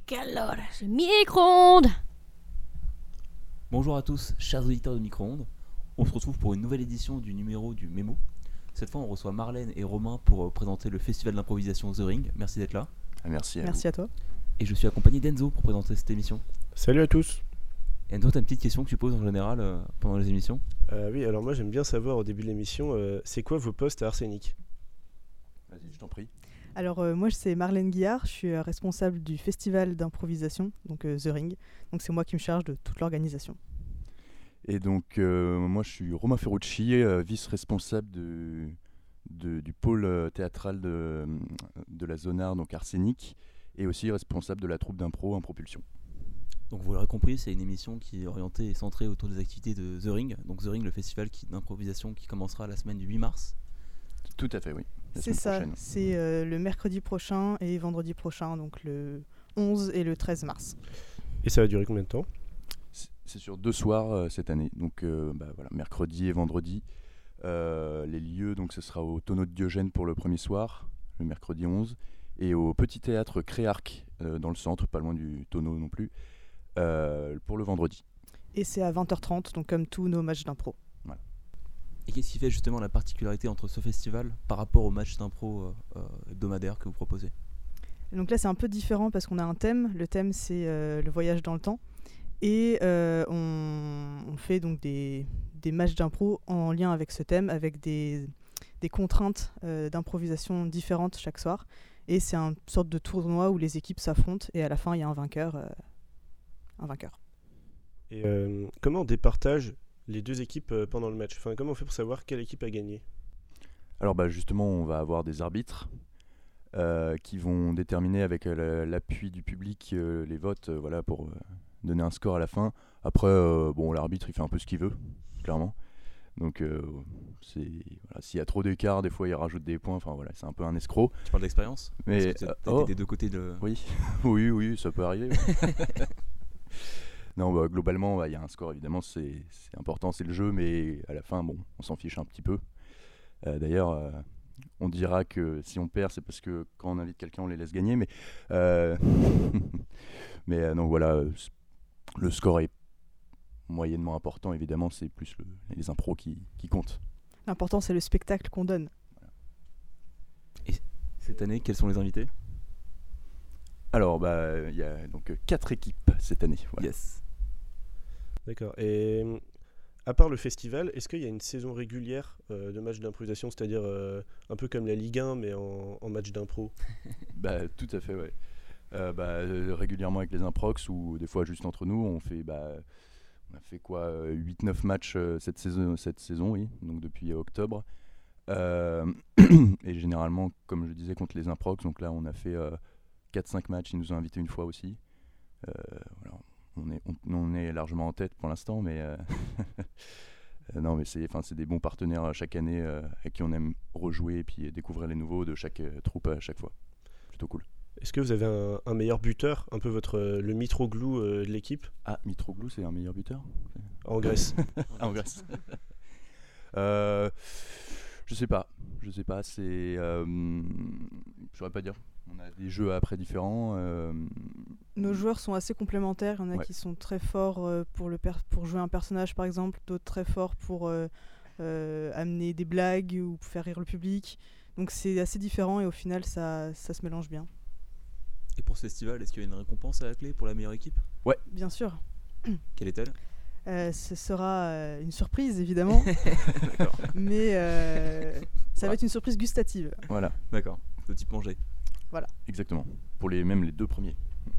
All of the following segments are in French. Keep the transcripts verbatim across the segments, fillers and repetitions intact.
Donc alors, ce micro-ondes. Bonjour à tous, chers auditeurs de Micro-ondes. On se retrouve pour une nouvelle édition du numéro du Mémo. Cette fois, on reçoit Marlène et Romain pour euh, présenter le festival d'improvisation The Ring. Merci d'être là. Ah, merci à Merci vous. à toi. Et je suis accompagné d'Enzo pour présenter cette émission. Salut à tous. Enzo, t'as une petite question que tu poses en général euh, pendant les émissions ? Euh, oui, alors moi j'aime bien savoir au début de l'émission, euh, c'est quoi vos postes à Arsenic ? Vas-y, je t'en prie. Alors euh, moi c'est Marlène Guillard, je suis euh, responsable du festival d'improvisation, donc euh, The Ring. Donc c'est moi qui me charge de toute l'organisation. Et donc, euh, moi, je suis Romain Ferrucci, euh, vice-responsable de, de- du pôle euh, théâtral de, de la Zone Art, donc Arsenic, et aussi responsable de la troupe d'impro en propulsion. Donc vous l'aurez compris, c'est une émission qui est orientée et centrée autour des activités de The Ring. Donc The Ring, le festival qui- d'improvisation qui commencera la semaine du huit mars. Tout à fait, oui. La C'est semaine ça, prochaine. c'est euh, le mercredi prochain et vendredi prochain, donc le onze et le treize mars. Et ça va durer combien de temps ? C'est- C'est sur deux soirs euh, cette année, donc euh, bah, voilà, mercredi et vendredi. Euh, les lieux, donc ce sera au Tonneau de Diogène pour le premier soir, le mercredi onze, et au Petit Théâtre Créarc euh, dans le centre, pas loin du Tonneau non plus, euh, pour le vendredi. Et c'est à vingt heures trente, donc comme tous nos matchs d'impro. Et qu'est-ce qui fait justement la particularité entre ce festival par rapport au match d'impro euh, euh, hebdomadaire que vous proposez ? Et donc là c'est un peu différent parce qu'on a un thème. Le thème c'est euh, le voyage dans le temps. Et euh, on, on fait donc des, des matchs d'impro en lien avec ce thème, avec des, des contraintes euh, d'improvisation différentes chaque soir. Et c'est une sorte de tournoi où les équipes s'affrontent et à la fin il y a un vainqueur. euh, un vainqueur. Et euh, comment on départage les deux équipes euh, pendant le match ? Enfin, comment on fait pour savoir quelle équipe a gagné ? Alors bah, justement, on va avoir des arbitres euh, qui vont déterminer avec euh, la- l'appui du public euh, les votes euh, voilà, pour euh, donner un score à la fin. Après, euh, bon, l'arbitre il fait un peu ce qu'il veut, clairement. Donc euh, c'est, voilà, s'il y a trop d'écart, des fois il rajoute des points. Enfin voilà, c'est un peu un escroc. Tu parles d'expérience ? Mais, Parce que t'as euh, t'as oh. été des deux côtés de... Oui, oui, oui, ça peut arriver. ouais. Non, bah, globalement, bah, il y a un score, évidemment, c'est, c'est important, c'est le jeu, mais à la fin, bon, on s'en fiche un petit peu. Euh, d'ailleurs, euh, on dira que si on perd, c'est parce que quand on invite quelqu'un, on les laisse gagner, mais, euh, mais euh, donc voilà, euh, c- le score est moyennement important, évidemment, c'est plus le- les impros qui, qui comptent. L'important c'est le spectacle qu'on donne. Cette année, quels sont les invités ? Alors, bah, il y a donc euh, quatre équipes cette année. Voilà. Yes. D'accord. Et euh, à part le festival, est-ce qu'il y a une saison régulière euh, de matchs d'improvisation, c'est-à-dire euh, un peu comme la Ligue un, mais en, en match d'impro ? Bah, tout à fait, ouais. Euh, bah, euh, régulièrement avec les improx ou des fois juste entre nous, on fait, bah, on a fait quoi, huit neuf matchs euh, cette saison, cette saison, oui, donc depuis euh, octobre. Euh, et généralement, comme je disais, contre les improx, donc là on a fait euh, quatre cinq matchs, ils nous ont invités une fois aussi. Euh, voilà, on, est, on, on est largement en tête pour l'instant, mais euh, euh, non, mais c'est, 'fin, c'est des bons partenaires euh, chaque année euh, avec qui on aime rejouer et puis euh, découvrir les nouveaux de chaque euh, troupe à chaque fois. Plutôt cool. Est-ce que vous avez un, un meilleur buteur, un peu votre, euh, le Mitroglou euh, de l'équipe, Ah, Mitroglou, c'est un meilleur buteur en Grèce ? Ah, en Grèce. euh, je sais pas. Je sais pas. C'est. Euh, je saurais pas dire. On a des jeux après différents. euh, Nos joueurs sont assez complémentaires. Il y en a Ouais. qui sont très forts euh, pour, le per- pour jouer un personnage, par exemple, d'autres très forts pour euh, euh, amener des blagues ou faire rire le public. Donc c'est assez différent et au final, ça, ça se mélange bien. Et pour ce festival, est-ce qu'il y a une récompense à la clé pour la meilleure équipe ? Bien sûr, Quelle est-elle ? euh, ce sera euh, une surprise, évidemment, D'accord. mais euh, ça va Ouais. être une surprise gustative. Voilà. D'accord, de type manger. Exactement. Pour les même les deux premiers.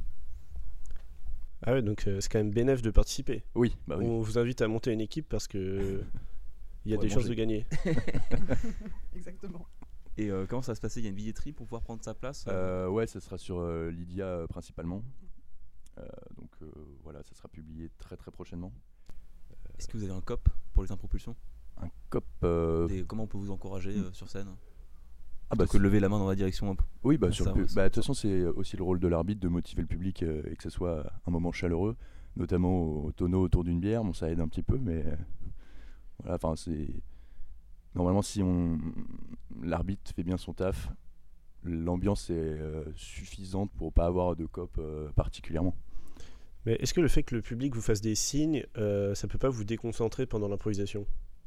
Ah ouais, donc euh, c'est quand même bénéf de participer. Oui. Bah oui. On vous invite à monter une équipe parce que il y a Ouais, des chances manger. de gagner. Exactement. Et euh, comment ça va se passer ? Il y a une billetterie pour pouvoir prendre sa place ? Euh, ouais, ça sera sur euh, Lydia euh, principalement. Euh, donc euh, voilà, ça sera publié très très prochainement. Est-ce que vous avez un C O P pour les impropulsions ? Un cop. euh, Des- Comment on peut vous encourager euh, sur scène ? Ah bah Plutôt que de lever la main dans la direction. hop. Oui, bah, Ah, sur ça, le pu- ouais, ça- bah, de toute façon, c'est aussi le rôle de l'arbitre de motiver le public euh, et que ce soit un moment chaleureux, notamment au tonneau autour d'une bière. Bon, ça aide un petit peu, mais euh, voilà, enfin, c'est normalement si on l'arbitre fait bien son taf, l'ambiance est euh, suffisante pour pas avoir de cop euh, particulièrement. Mais est-ce que le fait que le public vous fasse des signes, euh, ça peut pas vous déconcentrer pendant l'improvisation ?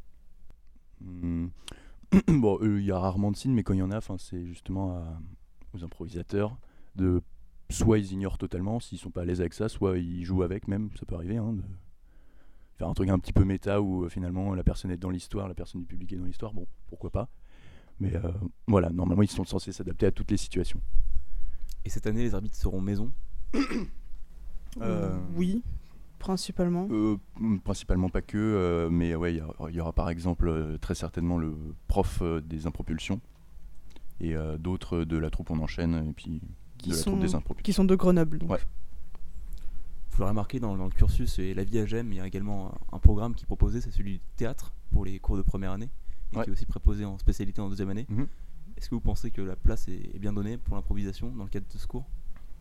Hmm. Bon, il y a rarement de signes, mais quand il y en a, c'est justement à, aux improvisateurs de soit ils ignorent totalement s'ils sont pas à l'aise avec ça, soit ils jouent avec même, ça peut arriver, hein, de faire un truc un petit peu méta où euh, finalement la personne est dans l'histoire, la personne du public est dans l'histoire, bon, pourquoi pas. Mais euh, voilà, normalement ils sont censés s'adapter à toutes les situations. Et cette année, les arbitres seront maison. Euh, Oui, principalement. Euh, principalement pas que, euh, mais ouais, il y, y aura par exemple euh, très certainement le prof euh, des impropulsions et euh, d'autres de la troupe On Enchaîne et puis Qui de la sont, troupe des impropulsions. qui sont de Grenoble. donc. Ouais. Vous l'aurez remarqué dans, dans le cursus et la vie à Gemme, il y a également un, un programme qui est proposé, c'est celui du théâtre pour les cours de première année et Ouais. qui est aussi proposé en spécialité en deuxième année. Mhm. Est-ce que vous pensez que la place est, est bien donnée pour l'improvisation dans le cadre de ce cours ?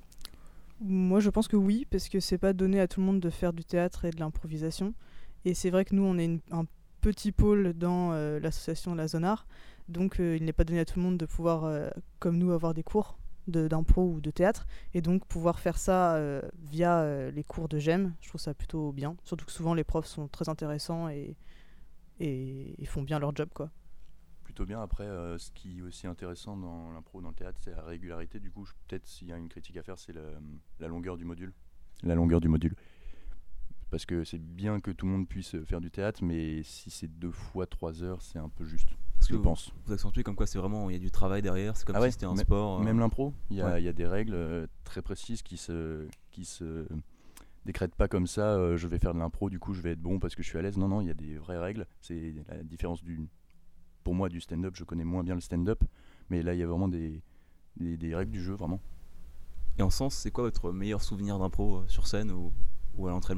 Moi, je pense que oui, parce que c'est pas donné à tout le monde de faire du théâtre et de l'improvisation. Et c'est vrai que nous, on est une- un petit pôle dans euh, l'association La Zone Art, donc euh, il n'est pas donné à tout le monde de pouvoir, euh, comme nous, avoir des cours de- d'impro ou de théâtre, et donc pouvoir faire ça euh, via euh, les cours de Gemme. Je trouve ça plutôt bien, surtout que souvent les profs sont très intéressants et, et ils font bien leur job, quoi. Plutôt bien. Après, euh, ce qui est aussi intéressant dans l'impro, dans le théâtre, c'est la régularité. Du coup, je- peut-être s'il y a une critique à faire, c'est la, la longueur du module. La longueur du module. Parce que c'est bien que tout le monde puisse faire du théâtre, mais si c'est deux fois trois heures, c'est un peu juste, Parce je que vous, pense. vous accentuez comme quoi c'est vraiment, il y a du travail derrière, c'est comme Ah si ouais, c'était un mais- sport. euh, Même l'impro, il y, a- ouais. il y a des règles euh, très précises qui se, qui se décrètent pas comme ça. euh, je vais faire de l'impro, du coup je vais être bon parce que je suis à l'aise. Non, non, il y a des vraies règles. C'est la différence du, pour moi, du stand-up. Je connais moins bien le stand-up, mais là il y a vraiment des, des, des règles du jeu, vraiment. Et en sens, c'est quoi votre meilleur souvenir d'impro euh, sur scène ou, ou à l'entraînement ?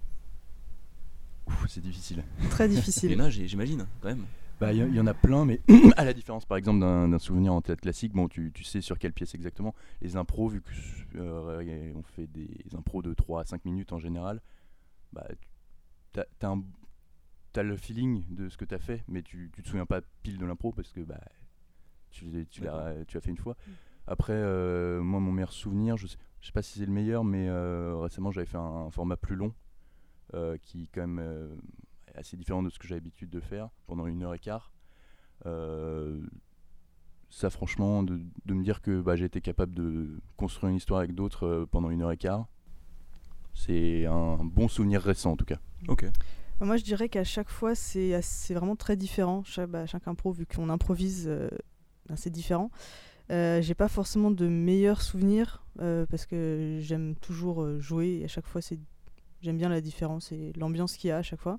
Ouf, c'est difficile. Très Il y difficile. en a, j'ai- j'imagine, quand même. Bah, il y, y en a plein, mais à la différence par exemple d'un d'un souvenir en théâtre classique, bon, tu, tu sais sur quelle pièce exactement. Les impros, vu que euh, on fait des impros de trois à cinq minutes en général, bah, tu- t'as, t'as, un- t'as le feeling de ce que t'as fait, mais tu, tu te souviens pas pile de l'impro parce que bah, tu, tu, l'as, tu l'as fait une fois. Après, euh, moi, mon meilleur souvenir, je sais, je sais pas si c'est le meilleur, mais euh, récemment j'avais fait un, un format plus long euh, qui quand même euh, est assez différent de ce que j'ai l'habitude de faire pendant une heure et quart. Euh, ça, franchement, de, de me dire que bah, j'ai été capable de construire une histoire avec d'autres euh, pendant une heure et quart, c'est un bon souvenir récent en tout cas. Ok. Moi, je dirais qu'à chaque fois, c'est assez- c'est vraiment très différent. Chaque, bah, chaque impro, vu qu'on improvise, euh, ben, c'est différent. Euh, j'ai pas forcément de meilleurs souvenirs euh, parce que j'aime toujours euh, jouer et à chaque fois, c'est, j'aime bien la différence et l'ambiance qu'il y a à chaque fois.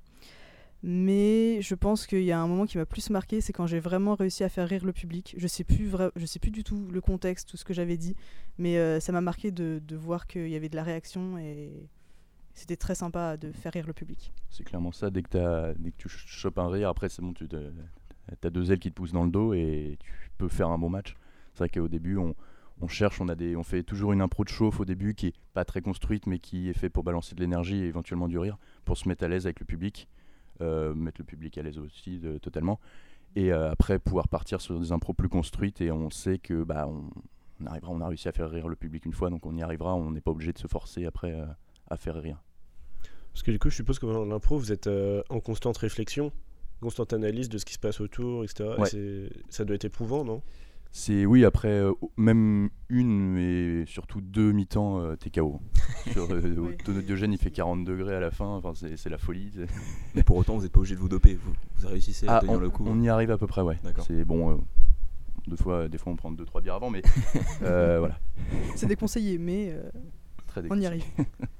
Mais je pense qu'il y a un moment qui m'a plus marqué, c'est quand j'ai vraiment réussi à faire rire le public. Je sais plus, vra- je sais plus du tout le contexte, tout ce que j'avais dit, mais euh, ça m'a marqué de, de voir qu'il y avait de la réaction et c'était très sympa de faire rire le public. C'est clairement ça, dès que, t'as, dès que tu ch- chopes un rire, après c'est bon, tu as deux ailes qui te poussent dans le dos et tu peux faire un bon match. C'est vrai qu'au début, on, on cherche, on, a des, on fait toujours une impro de chauffe au début qui est pas très construite, mais qui est fait pour balancer de l'énergie et éventuellement du rire, pour se mettre à l'aise avec le public, euh, mettre le public à l'aise aussi de, totalement. Et euh, après, pouvoir partir sur des impros plus construites et on sait que bah, on, on, arrivera, on a réussi à faire rire le public une fois, donc on y arrivera, on n'est pas obligé de se forcer après euh, à faire rire. Parce que du coup, je suppose que dans l'impro, vous êtes euh, en constante réflexion, constante analyse de ce qui se passe autour, et cetera. Ouais. Et c'est... Ça doit être éprouvant, non ? C'est oui, après euh, même une et surtout deux mi-temps, euh, t'es K O. Sur euh, Oui. Tonneau de Diogène, il fait quarante degrés à la fin, enfin, c'est, c'est la folie. c'est- Mais pour autant, vous n'êtes pas obligé de vous doper. Vous, vous réussissez à Ah, tenir on, le coup. on y arrive à peu près, ouais. D'accord. C'est bon, euh, deux fois, des fois on prend deux trois bières avant, mais euh, voilà, C'est déconseillé, mais euh, très on y déconseillé. arrive.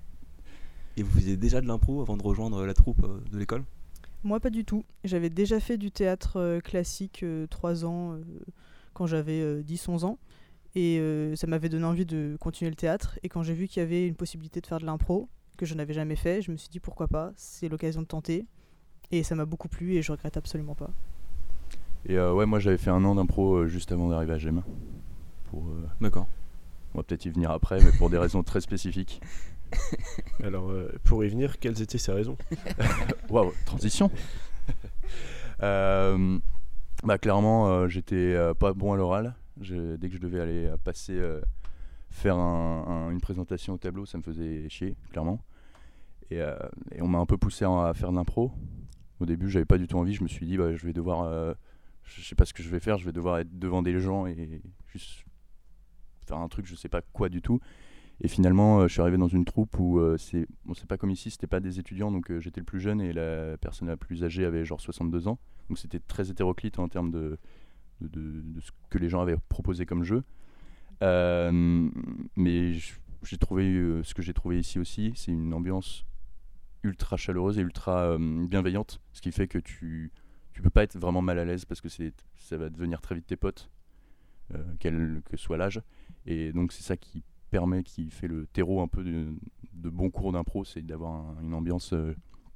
Et vous faisiez déjà de l'impro avant de rejoindre la troupe euh, de l'école ? Moi, pas du tout. J'avais déjà fait du théâtre euh, classique euh, trois ans euh, quand j'avais euh, dix onze ans. Et euh, ça m'avait donné envie de continuer le théâtre. Et quand j'ai vu qu'il y avait une possibilité de faire de l'impro, que je n'avais jamais fait, je me suis dit pourquoi pas, c'est l'occasion de tenter. Et ça m'a beaucoup plu et je regrette absolument pas. Et euh, ouais, moi j'avais fait un an d'impro euh, juste avant d'arriver à Gemme. Pour, euh, D'accord. on va peut-être y venir après, mais pour des raisons très spécifiques. Alors, euh, pour y venir, quelles étaient ces raisons ? Waouh, transition. euh, bah clairement, euh, j'étais euh, pas bon à l'oral. Je- dès que je devais aller euh, passer, euh, faire un- un- une présentation au tableau, ça me faisait chier, clairement. Et, euh, et on m'a un peu poussé à, à faire de l'impro. Au début, j'avais pas du tout envie. Je me suis dit, bah, je vais devoir, euh, je sais pas ce que je vais faire. Je vais devoir être devant des gens et juste faire un truc, je sais pas quoi du tout. Et finalement, euh, je suis arrivé dans une troupe où euh, c'est, bon, c'est pas comme ici, c'était pas des étudiants, donc euh, j'étais le plus jeune et la personne la plus âgée avait genre soixante-deux ans. Donc c'était très hétéroclite en termes de, de, de- de ce que les gens avaient proposé comme jeu. Euh, mais j- j'ai trouvé euh, ce que j'ai trouvé ici aussi, c'est une ambiance ultra chaleureuse et ultra euh, bienveillante, ce qui fait que tu tu peux pas être vraiment mal à l'aise parce que c'est ça va devenir très vite tes potes, euh, quel que soit l'âge. Et donc c'est ça qui permet, qui fait le terreau un peu de, de bons cours d'impro, c'est d'avoir un- une ambiance. euh,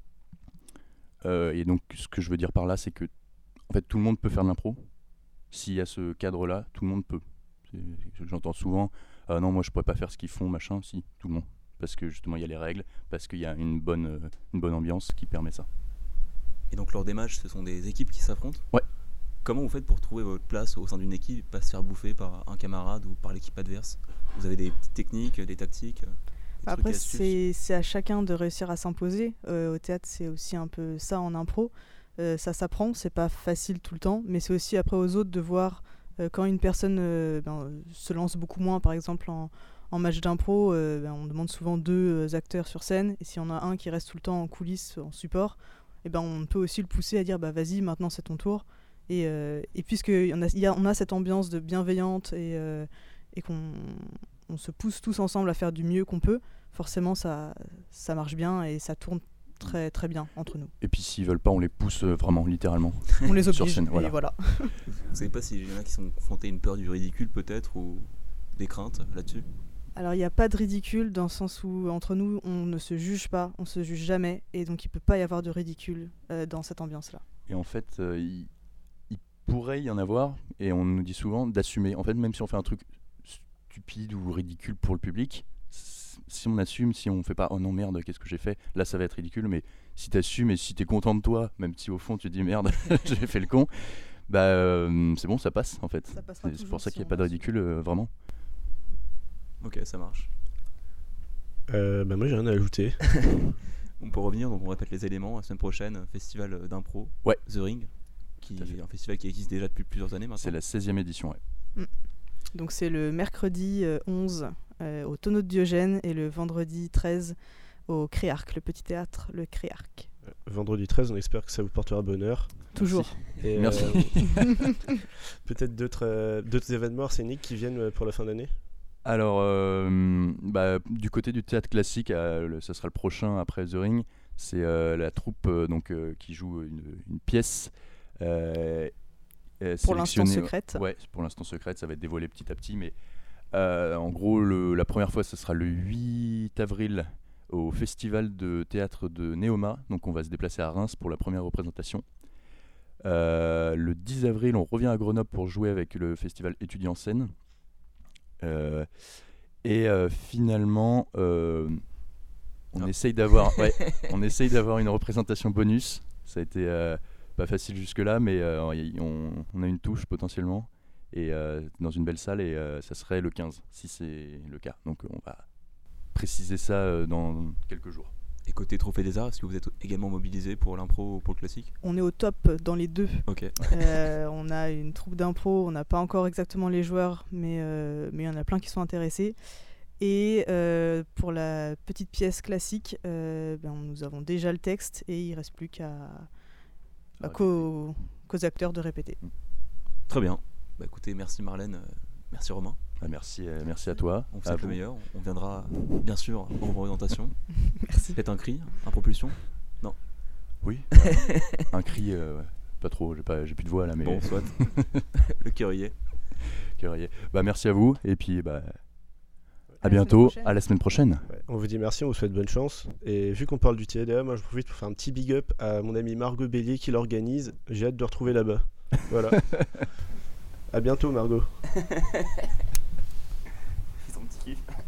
euh, et donc ce que je veux dire par là, c'est que en fait tout le monde peut faire de l'impro. S'il y a ce cadre-là, tout le monde peut. C'est- J'entends souvent, ah non, moi je pourrais pas faire ce qu'ils font, machin. Si, tout le monde. Parce que justement il y a les règles, parce qu'il y a une bonne, euh, une bonne ambiance qui permet ça. Et donc lors des matchs, ce sont des équipes qui s'affrontent. Ouais. Comment vous faites pour trouver votre place au sein d'une équipe et pas se faire bouffer par un camarade ou par l'équipe adverse? Vous avez des petites techniques, des tactiques, des Après, trucs et astuces? c'est c'est à chacun de réussir à s'imposer. Euh, au théâtre, c'est aussi un peu ça en impro. Euh, ça s'apprend, c'est pas facile tout le temps, mais c'est aussi après aux autres de voir euh, quand une personne euh, ben, euh, se lance beaucoup moins, par exemple en, en match d'impro, euh, ben, on demande souvent deux euh, acteurs sur scène, et s'il y en a un qui reste tout le temps en coulisses, en support, et ben, on peut aussi le pousser à dire bah, vas-y, maintenant c'est ton tour. Et, euh, et puisqu'on a, y a, on a cette ambiance de bienveillante et, euh, et qu'on on se pousse tous ensemble à faire du mieux qu'on peut, forcément ça, ça marche bien et ça tourne très très bien entre nous. Et puis s'ils veulent pas, on les pousse euh, vraiment, littéralement. On les Sur oblige scène, et voilà. voilà. Vous savez pas s'il y en a qui sont confrontés à une peur du ridicule peut-être ou des craintes là-dessus? Alors il n'y a pas de ridicule dans le sens où entre nous on ne se juge pas, on se juge jamais et donc il peut pas y avoir de ridicule euh, dans cette ambiance-là. Et en fait, euh, il, il pourrait y en avoir, et on nous dit souvent d'assumer. En fait, même si on fait un truc stupide ou ridicule pour le public, s- si on assume, si on fait pas oh non merde, qu'est-ce que j'ai fait, là ça va être ridicule. Mais si t'assumes et si t'es content de toi, même si au fond tu te dis merde, j'ai fait le con, bah euh, c'est bon, ça passe en fait. Ça passera C'est c'est toujours pour ça si qu'il n'y a on pas de assume. ridicule, euh, vraiment. Ok, ça marche. Euh, bah moi j'ai rien à ajouter. On peut revenir, donc on répète les éléments. La semaine prochaine, festival d'impro, Ouais. The Ring, qui Tout à fait. est un festival qui existe déjà depuis plusieurs années maintenant. C'est la seizième édition, ouais. Donc c'est le mercredi euh, onze euh, au Tonneau de Diogène et le vendredi treize au Créarc, le petit théâtre, le Créarc. Euh, Vendredi treize, on espère que ça vous portera bonheur. Toujours. Et, Merci. euh, peut-être d'autres euh, d'autres événements scéniques qui viennent euh, pour la fin d'année. Alors, euh, bah, du côté du théâtre classique, euh, le- ça sera le prochain après The Ring. C'est euh, la troupe euh, donc, euh, qui joue une, une pièce. euh, euh, Pour l'instant sélectionnée- secrète. Ouais, pour l'instant secrète, ça va être dévoilé petit à petit. Mais euh, en gros, le- la première fois, ce sera le huit avril au festival de théâtre de Néoma. Donc, on va se déplacer à Reims pour la première représentation. Euh, le dix avril, on revient à Grenoble pour jouer avec le festival Étudiants Scène. Euh, et euh, finalement, euh, on Ah. essaye d'avoir, ouais, on essaye d'avoir une représentation bonus. Ça a été euh, pas facile jusque-là, mais euh, y- on, on a une touche potentiellement et euh, dans une belle salle et euh, ça serait le quinze si c'est le cas. Donc on va préciser ça euh, dans quelques jours. Et côté Trophée des Arts, est-ce que vous êtes également mobilisé pour l'impro ou pour le classique? On est au top dans les deux. Ok. Euh, on a une troupe d'impro, on n'a pas encore exactement les joueurs, mais euh, mais il y en a plein qui sont intéressés. Et euh, pour la petite pièce classique, euh, ben, nous avons déjà le texte et il ne reste plus qu'à bah, qu'aux, qu'aux acteurs de répéter. Très bien. Bah écoutez, merci Marlène, euh, merci Romain. Ah, merci, euh, merci à toi. On vous à souhaite le vous. meilleur. On viendra bien sûr en représentation. Merci. Faites un cri, un propulsion. Oui. Un cri, euh, ouais, pas trop. J'ai pas, j'ai plus de voix là, mais Bon, soit. Le cœur y est. curieux. Bah merci à vous et puis bah À à la semaine bientôt, prochaine. à la semaine prochaine. Ouais, on vous dit merci, on vous souhaite bonne chance. Et vu qu'on parle du T A D A, moi je profite pour faire un petit big up à mon ami Margot Bélier qui l'organise. J'ai hâte de retrouver là-bas. Voilà. À bientôt Margot. Son petit kiff.